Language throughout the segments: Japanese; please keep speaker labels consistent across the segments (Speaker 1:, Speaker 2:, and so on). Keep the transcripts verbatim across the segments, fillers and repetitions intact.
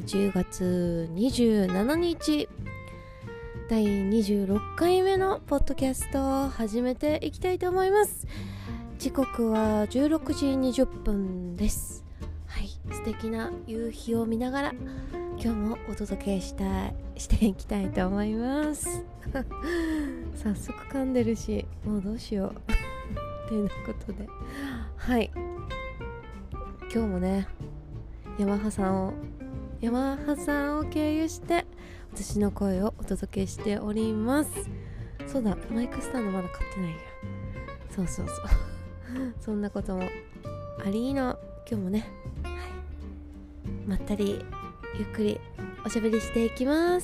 Speaker 1: じゅうがつにじゅうしちにちだいにじゅうろっかいめのポッドキャストを始めていきたいと思います。時刻はじゅうろくじにじゅっぷんです。はい、素敵な夕日を見ながら今日もお届けしたいしていきたいと思います早速噛んでるし、もうどうしようっていうことで、はい、今日もねヤマハさんをヤマハさんを経由して私の声をお届けしております。そうだ、マイクスタンドまだ買ってないよ。そうそうそうそんなこともありの今日もね、はい、まったりゆっくりおしゃべりしていきます。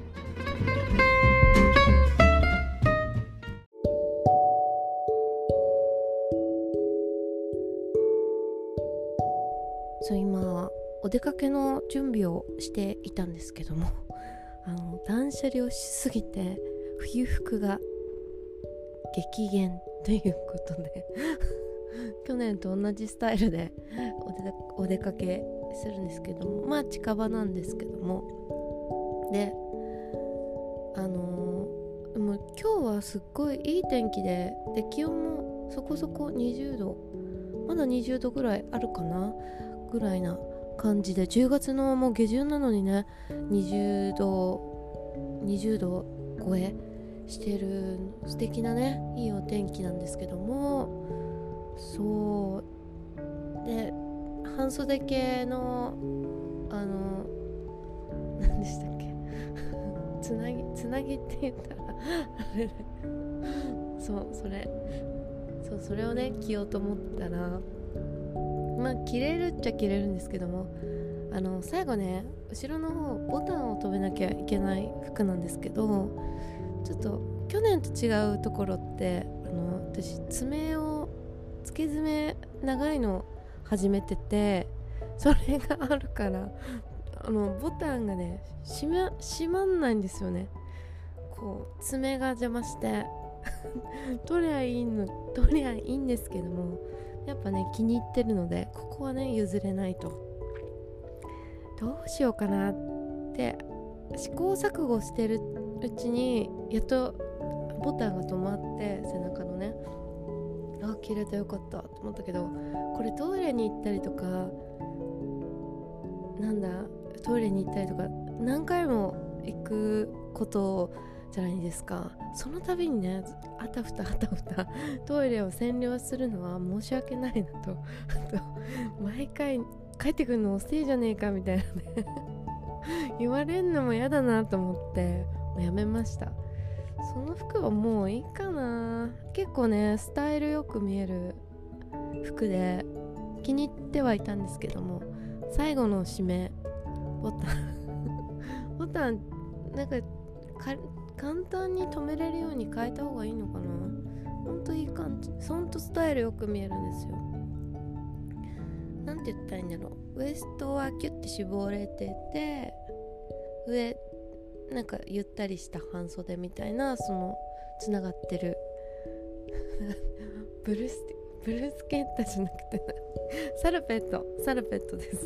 Speaker 1: そう、今お出かけの準備をしていたんですけども、あの断捨離をしすぎて冬服が激減ということで去年と同じスタイルでお出お出かけするんですけども、まあ近場なんですけども、であのー、もう今日はすっごいいい天気で、で気温もそこそこにじゅうど、まだにじゅうどぐらいあるかなぐらいな感じで、じゅうがつのもう下旬なのにねにじゅうどにじゅうど超えしてる素敵なねいいお天気なんですけども、そうで半袖系のあの何でしたっけつなぎつなぎって言ったらあれそうそれそうそれをね着ようと思ったら、まあ着れるっちゃ着れるんですけども、あの最後ね後ろの方ボタンを留めなきゃいけない服なんですけど、ちょっと去年と違うところって、あの私爪をつけ爪長いの始めてて、それがあるからあのボタンがね閉ま、閉まんないんですよね。こう爪が邪魔して取りゃいいの取りゃいいんですけども、やっぱね気に入ってるのでここはね譲れないと、どうしようかなって試行錯誤してるうちにやっとボタンが止まって、背中のね、あ切れてよかったと思ったけど、これトイレに行ったりとかなんだトイレに行ったりとか何回も行くことじゃないですか。その度にねあたふたあたふたトイレを占領するのは申し訳ないなと、あと毎回帰ってくるの遅いじゃねえかみたいなね言われんのも嫌だなと思ってもうやめました。その服はもういいかな。結構ねスタイルよく見える服で気に入ってはいたんですけども、最後の締めボタンボタンなんかか簡単に留めれるように変えた方がいいのかな。ほんといい感じ、ほんとスタイルよく見えるんですよ。なんて言ったらいいんだろう、ウエストはキュッて絞れてて、上なんかゆったりした半袖みたいな、そのつながってるブルースブルースケットじゃなくてサルペットサルペットです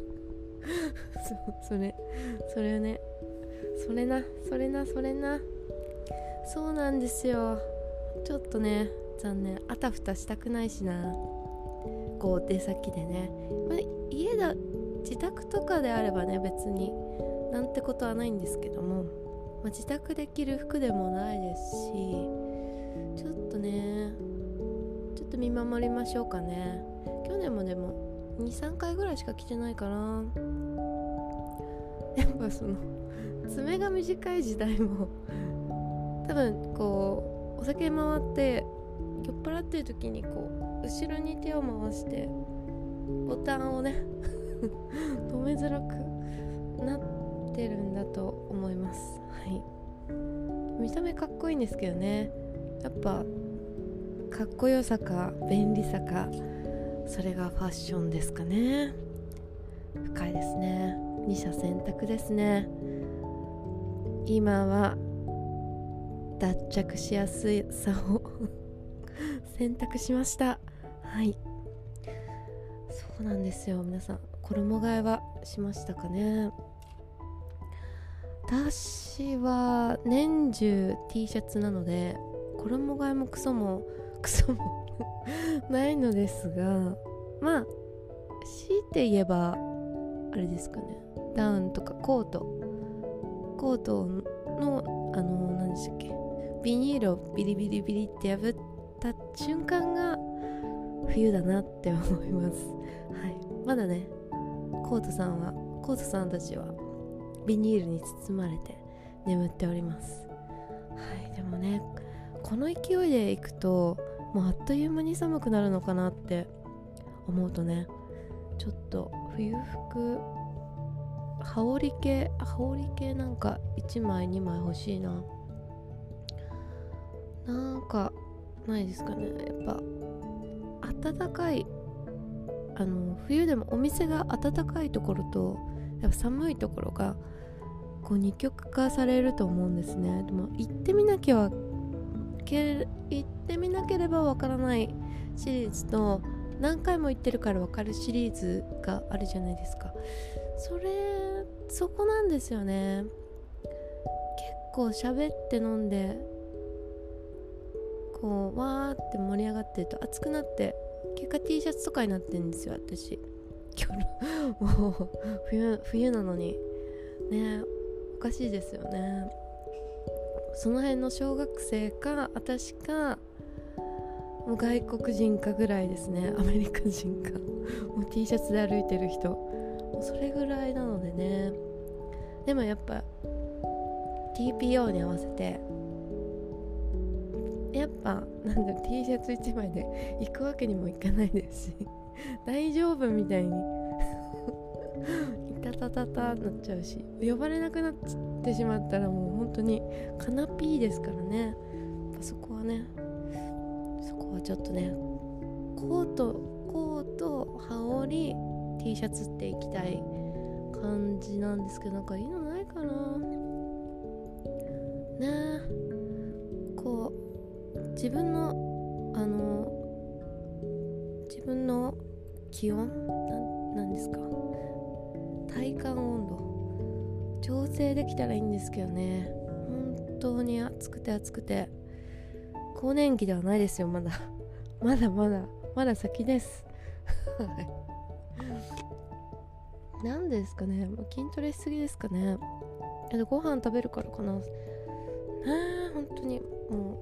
Speaker 1: そ, それそれねそれなそれなそれなそうなんですよ。ちょっとね残念、あたふたしたくないしな、こう出先でね、まあ、家だ自宅とかであればね別になんてことはないんですけども、まあ、自宅で着る服でもないですし、ちょっとねちょっと見守りましょうかね。去年もでも にさんかいぐらいしか着てないかな。やっぱその爪が短い時代も多分こうお酒回って酔っ払ってる時にこう後ろに手を回してボタンをね止めづらくなってるんだと思います。はい、見た目かっこいいんですけどね、やっぱかっこよさか便利さか、それがファッションですかね。深いですね。二者選択ですね。今は脱着しやすさを選択しました。はい、そうなんですよ。皆さん衣替えはしましたかね。私は年中 T シャツなので衣替えもクソもクソもないのですが、まあ強いて言えばあれですかね、ダウンとかコートコートのあの何でしたっけ、ビニールをビリビリビリって破った瞬間が冬だなって思います。はい、まだねコートさんはコートさんたちはビニールに包まれて眠っております。はい、でもねこの勢いでいくともうあっという間に寒くなるのかなって思うとね、ちょっと冬服羽織系羽織系なんかいちまいにまい欲しいな。なんかないですかね。やっぱ暖かいあの冬でもお店が暖かいところとやっぱ寒いところがこう二極化されると思うんですね。でも行ってみなきゃけ行ってみなければわからないシリーズと何回も行ってるからわかるシリーズがあるじゃないですか。それそこなんですよね。結構喋って飲んでこうわーって盛り上がってると熱くなって結果 T シャツとかになってるんですよ私。今日もう 冬, 冬なのにね、おかしいですよね。その辺の小学生か私かもう外国人かぐらいですね。アメリカ人かもう T シャツで歩いてる人もうそれぐらいなのでね。でもやっぱ ティーピーオー に合わせてやっぱなんだ T シャツいちまいで行くわけにもいかないですし大丈夫みたいにいたたたたなっちゃうし、呼ばれなくなってしまったらもう本当にカナピーですからね。そこはねそこはちょっとねコートコート羽織 T シャツっていきたい感じなんですけど、なんかいいのないかなねえ。こう自分のあの自分の気温なんなんですか体感温度調整できたらいいんですけどね。本当に暑くて暑くて更年期ではないですよ。まだまだまだまだ先ですなんですかね、筋トレしすぎですかね。ご飯食べるからかな。ねえ本当にも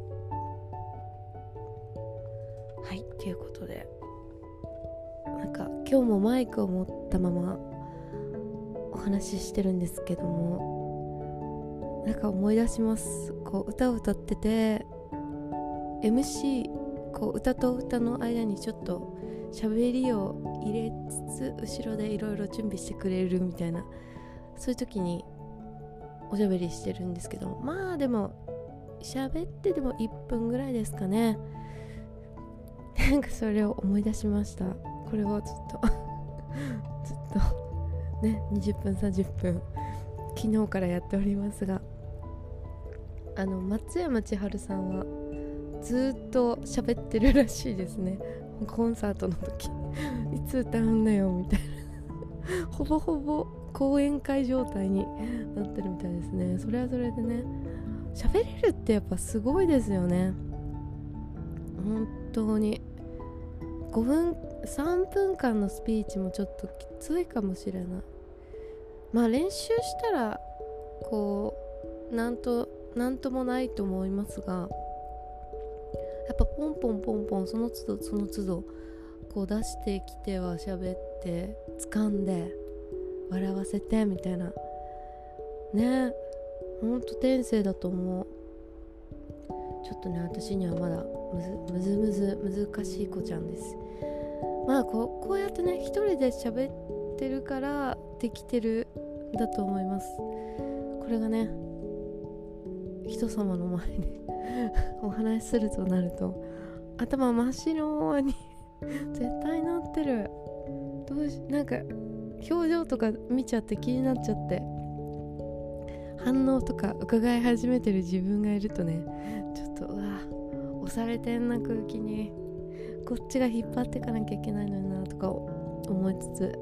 Speaker 1: うはいということで、なんか今日もマイクを持ったままお話ししてるんですけども、なんか思い出します。こう歌を歌ってて エムシー こう歌と歌の間にちょっと喋りを入れつつ後ろでいろいろ準備してくれるみたいな、そういう時におしゃべりしてるんですけど、まあでも喋ってでもいっぷんぐらいですかね。なんかそれを思い出しました。これをずっとずっとねにじゅっぷんさんじゅっぷん昨日からやっておりますが、あの松山千春さんはずっと喋ってるらしいですね。コンサートの時いつ歌うんだよみたいなほぼほぼ講演会状態になってるみたいですね。それはそれでね、喋れるってやっぱすごいですよね。本当にごふんさんぷんかんのスピーチもちょっときついかもしれない。まあ練習したらこうなんとなんともないと思いますが、やっぱポンポンポンポンその都度その都度こう出してきては喋って掴んで笑わせてみたいなね、ほんと天性だと思う。ちょっとね私にはまだむずむずむず難しい子ちゃんです。まあこう、こうやってね一人で喋ってるからできてるんだと思います。これがね人様の前でお話しするとなると頭真っ白に絶対なってる。どうしなんか表情とか見ちゃって気になっちゃって反応とか伺い始めてる自分がいるとね、ちょっとうわ押されてんな空気に、こっちが引っ張ってかなきゃいけないのになとか思いつつ、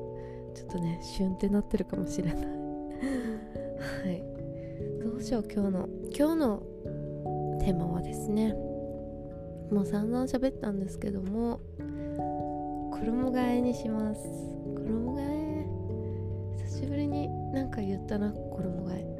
Speaker 1: ちょっとねシュンってなってるかもしれないはい、どうしよう。今日の今日のテーマはですね、もう散々喋ったんですけども、衣替えにします。衣替え久しぶりになんか言ったな、衣替え。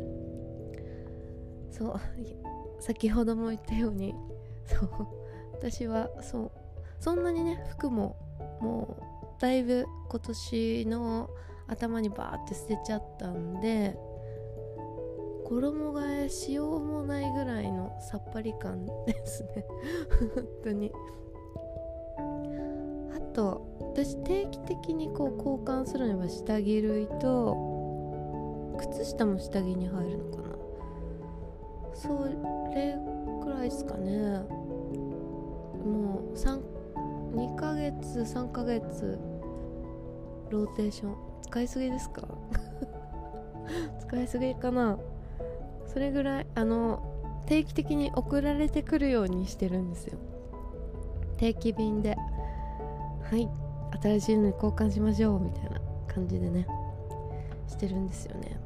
Speaker 1: そう先ほども言ったように、そう私はそうそんなにね服ももうだいぶ今年の頭にバーって捨てちゃったんで、衣替えしようもないぐらいのさっぱり感ですね本当に。あと私定期的にこう交換するのは下着類と靴下も下着に入るのかな、それくらいですかね。もうにかげつさんかげつローテーション使いすぎですか使いすぎかな。それぐらいあの定期的に送られてくるようにしてるんですよ。定期便で、はい新しいのに交換しましょうみたいな感じでねしてるんですよね。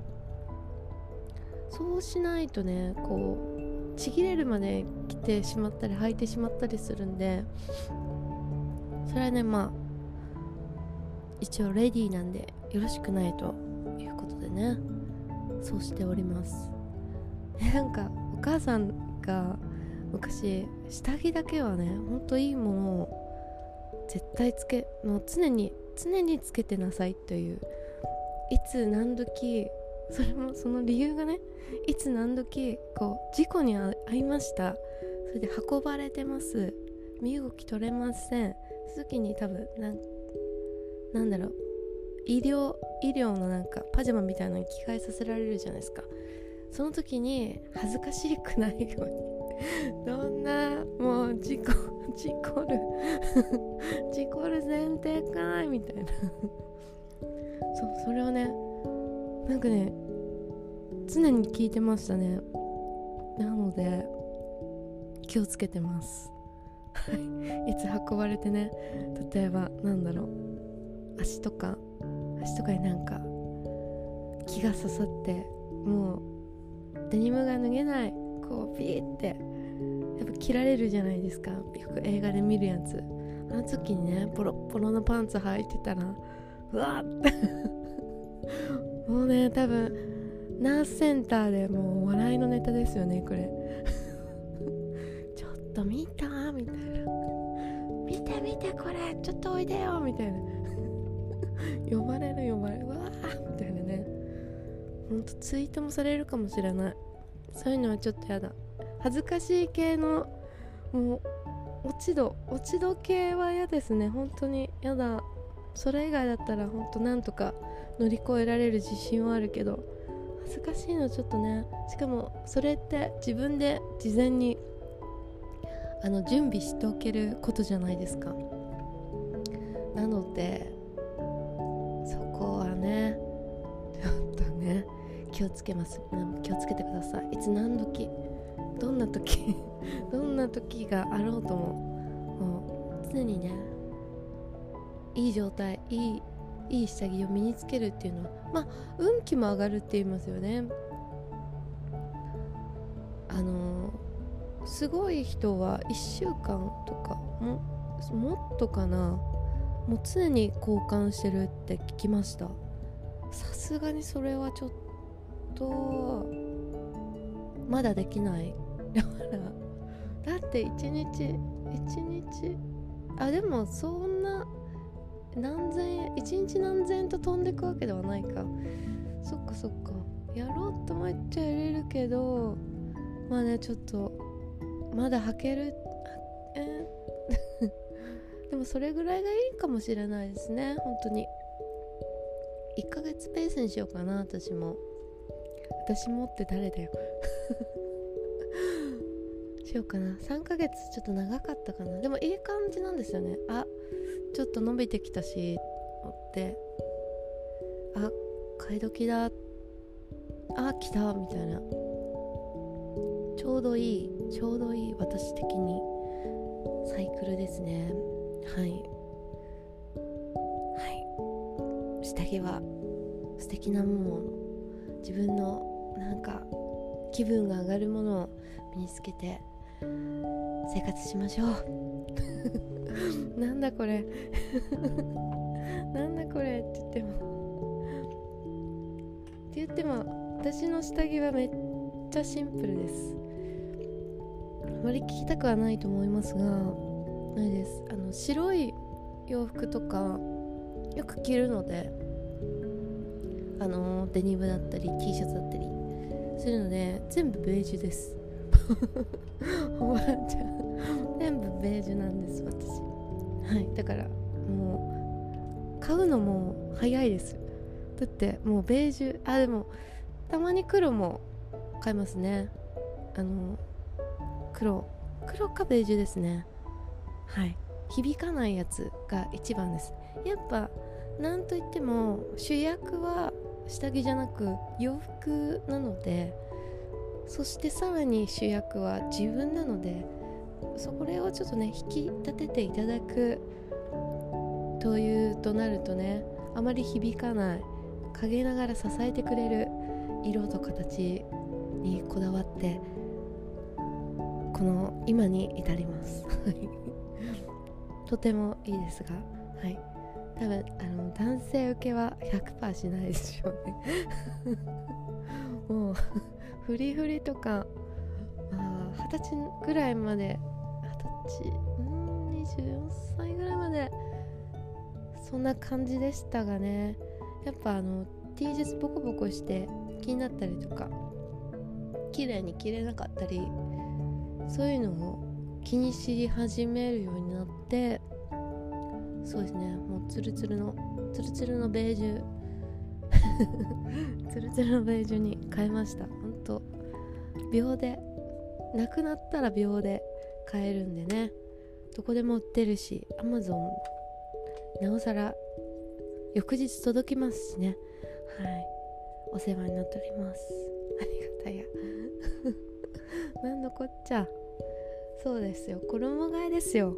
Speaker 1: そうしないとねこうちぎれるまで着てしまったり履いてしまったりするんで、それはねまあ一応レディーなんでよろしくないということでね、そうしております。なんかお母さんが昔下着だけはねほんといいものを絶対つけの常に常につけてなさいという、いつ何時、それもその理由がね、いつ何時こう事故に遭いました、それで運ばれてます、身動き取れません、その時に多分なんなんだろう医療医療のなんかパジャマみたいなのに着替えさせられるじゃないですか。その時に恥ずかしくないようにどんなもう事故事故る事故る前提かいみたいなそうそれをねなんかね常に聞いてましたね。なので気をつけてますいつ運ばれてね、例えばなんだろう足とか足とかになんか気が刺さってもうデニムが脱げない、こうピーってやっぱ切られるじゃないですか、よく映画で見るやつ。あの時にねポロポロのパンツ履いてたらうわーってもうね多分ナースセンターでもう笑いのネタですよねこれちょっと見たみたいな、見て見てこれちょっとおいでよみたいな呼ばれる呼ばれるうわーみたいなね、ほんとツイートもされるかもしれない。そういうのはちょっとやだ。恥ずかしい系のもう落ち度落ち度系は嫌ですね。本当にやだ。それ以外だったら本当なんとか乗り越えられる自信はあるけど、恥ずかしいのちょっとね。しかもそれって自分で事前にあの準備しておけることじゃないですか。なのでそこはねちょっとね気をつけます。気をつけてください。いつ何時どんな時どんな時があろうとももう常にねいい状態いいいい下着を身につけるっていうのはまあ運気も上がるって言いますよね。あのー、すごい人はいっしゅうかんとかももっとかなもう常に交換してるって聞きました。さすがにそれはちょっとまだできないだからだって一日一日あでもそんな何千円一日何千円と飛んでくわけではないか。そっかそっかやろうと思っちゃやれるけどまあねちょっとまだ履けるえーでもそれぐらいがいいかもしれないですね。本当にいっかげつペースにしようかな。私も私もって誰だよしようかな。さんかげつちょっと長かったかな。でもいい感じなんですよね。あちょっと伸びてきたしと思ってあ買い時だあ来たみたいなちょうどいいちょうどいい私的にサイクルですね。はいはい下着は素敵なもの、自分のなんか気分が上がるものを身につけて生活しましょうなんだこれなんだこれって言ってもって言っても私の下着はめっちゃシンプルです。あまり聞きたくはないと思いますが、ないです。あの白い洋服とかよく着るので、あのデニムだったり T シャツだったりするので全部ベージュですおばあちゃん全部ベージュなんです私。はい、だからもう買うのも早いです。だってもうベージュ、あでもたまに黒も買いますね。あの黒黒かベージュですね。はい、響かないやつが一番です。やっぱなんといっても主役は下着じゃなく洋服なので、そしてさらに主役は自分なので、それをちょっとね引き立てていただくというとなるとね、あまり響かない、陰ながら支えてくれる色と形にこだわってこの今に至りますとてもいいですが、はい、多分あの男性受けは ひゃくパーセント しないでしょうねもうフリフリとか二十歳ぐらいまで二十歳うんにじゅうよんさいぐらいまでそんな感じでしたがね、やっぱあの T シャツボコボコして気になったりとか綺麗に着れなかったり、そういうのを気にし始めるようになって、そうですね、もうツルツルのツルツルのベージュツルツルのベージュに変えました。ほんと秒で、なくなったら秒で買えるんでね、どこでも売ってるし Amazon なおさら翌日届きますしね。はい、お世話になっております。ありがたやなんのこっちゃ。そうですよ、衣替えですよ。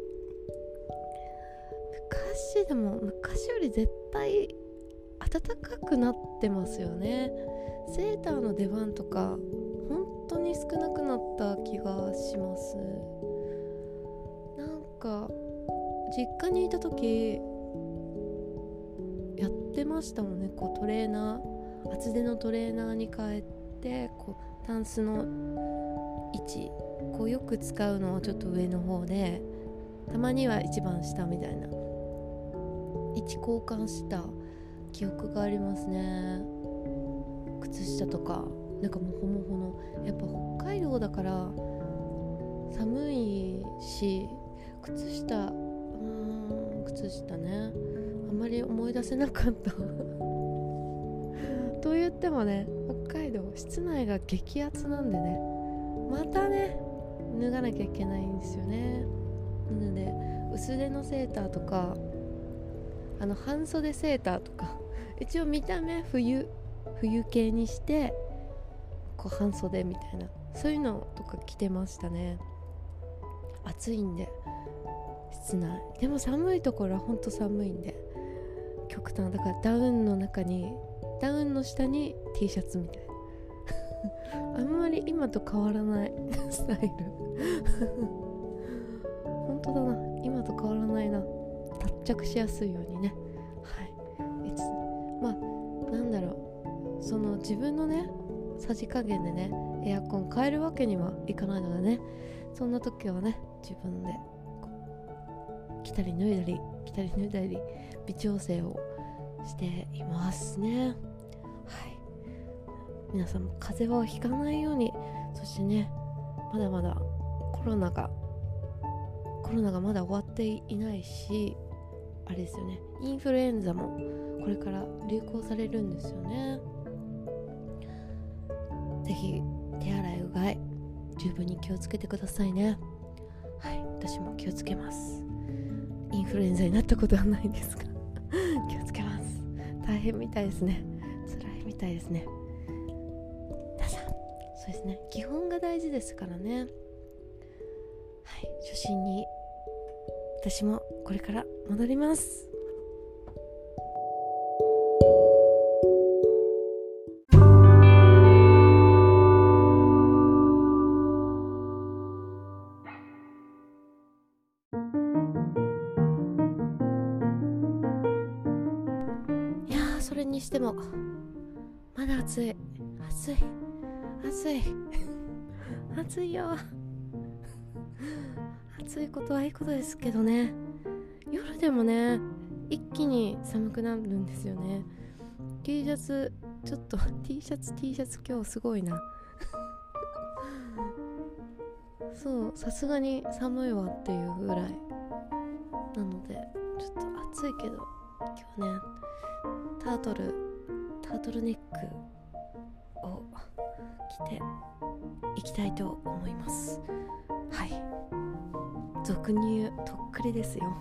Speaker 1: 昔でも昔より絶対暖かくなってますよね。セーターの出番とか本当に少なくなった気がします。なんか実家にいた時やってましたもんね。こうトレーナー、厚手のトレーナーに変えて、こうタンスの位置こうよく使うのはちょっと上の方で、たまには一番下みたいな位置交換した記憶がありますね。靴下とかなんかもうほのほの、やっぱ北海道だから寒いし、靴下うーん靴下ねあんまり思い出せなかったと言ってもね、北海道室内が激アツなんでね、またね脱がなきゃいけないんですよね。なので薄手のセーターとか、あの半袖セーターとか、一応見た目冬冬系にしてこう半袖みたいな、そういうのとか着てましたね。暑いんで室内でも、寒いところはほんと寒いんで極端だから、ダウンの中にダウンの下に T シャツみたいなあんまり今と変わらないスタイル本当だな、今と変わらないな。脱着しやすいようにね。はい、いつまあなんだろう、その自分のねさじ加減でねエアコン変えるわけにはいかないのでね、そんな時はね自分でこう着たり脱いだり着たり脱いだり微調整をしていますね。はい、皆さんも風邪をひかないように、そしてねまだまだコロナがコロナがまだ終わっていないし、あれですよね、インフルエンザもこれから流行されるんですよね。ぜひ手洗いうがい十分に気をつけてくださいね。はい、私も気をつけます。インフルエンザになったことはないですが気をつけます。大変みたいですね。辛いみたいですね。皆さんそうですね、基本が大事ですからね。はい、初心に私もこれから戻ります。 それにしてもまだ暑い暑い暑い暑いよ。暑いことはいいことですけどね、夜でもね一気に寒くなるんですよね。 T シャツちょっと T シャツ T シャツ今日すごいなそうさすがに寒いわっていうぐらいなので、ちょっと暑いけど今日ねタートルタートルネックを着ていきたいと思います。はい、俗に言うとっくりですよ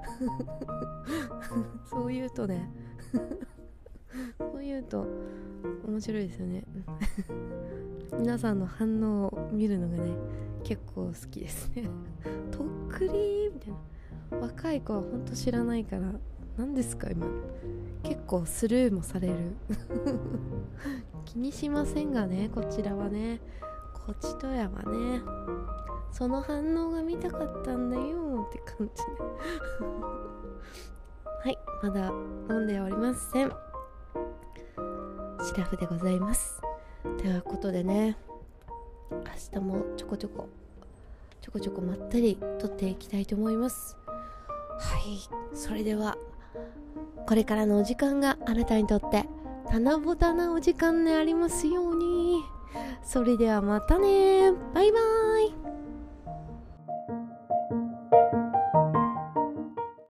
Speaker 1: そう言うとねそう言うと面白いですよね皆さんの反応を見るのがね結構好きですねとっくりみたいな。若い子はほんと知らないから何ですか今、結構スルーもされる気にしませんがね、こちらはね、こちとやはね、その反応が見たかったんだよって感じはい、まだ飲んでおりません。シラフでございます。ということでね、明日もちょこちょこちょこちょこまったり撮っていきたいと思います。はい、それではこれからのお時間があなたにとって棚ぼたなお時間でありますように。それではまたね、バイバイ。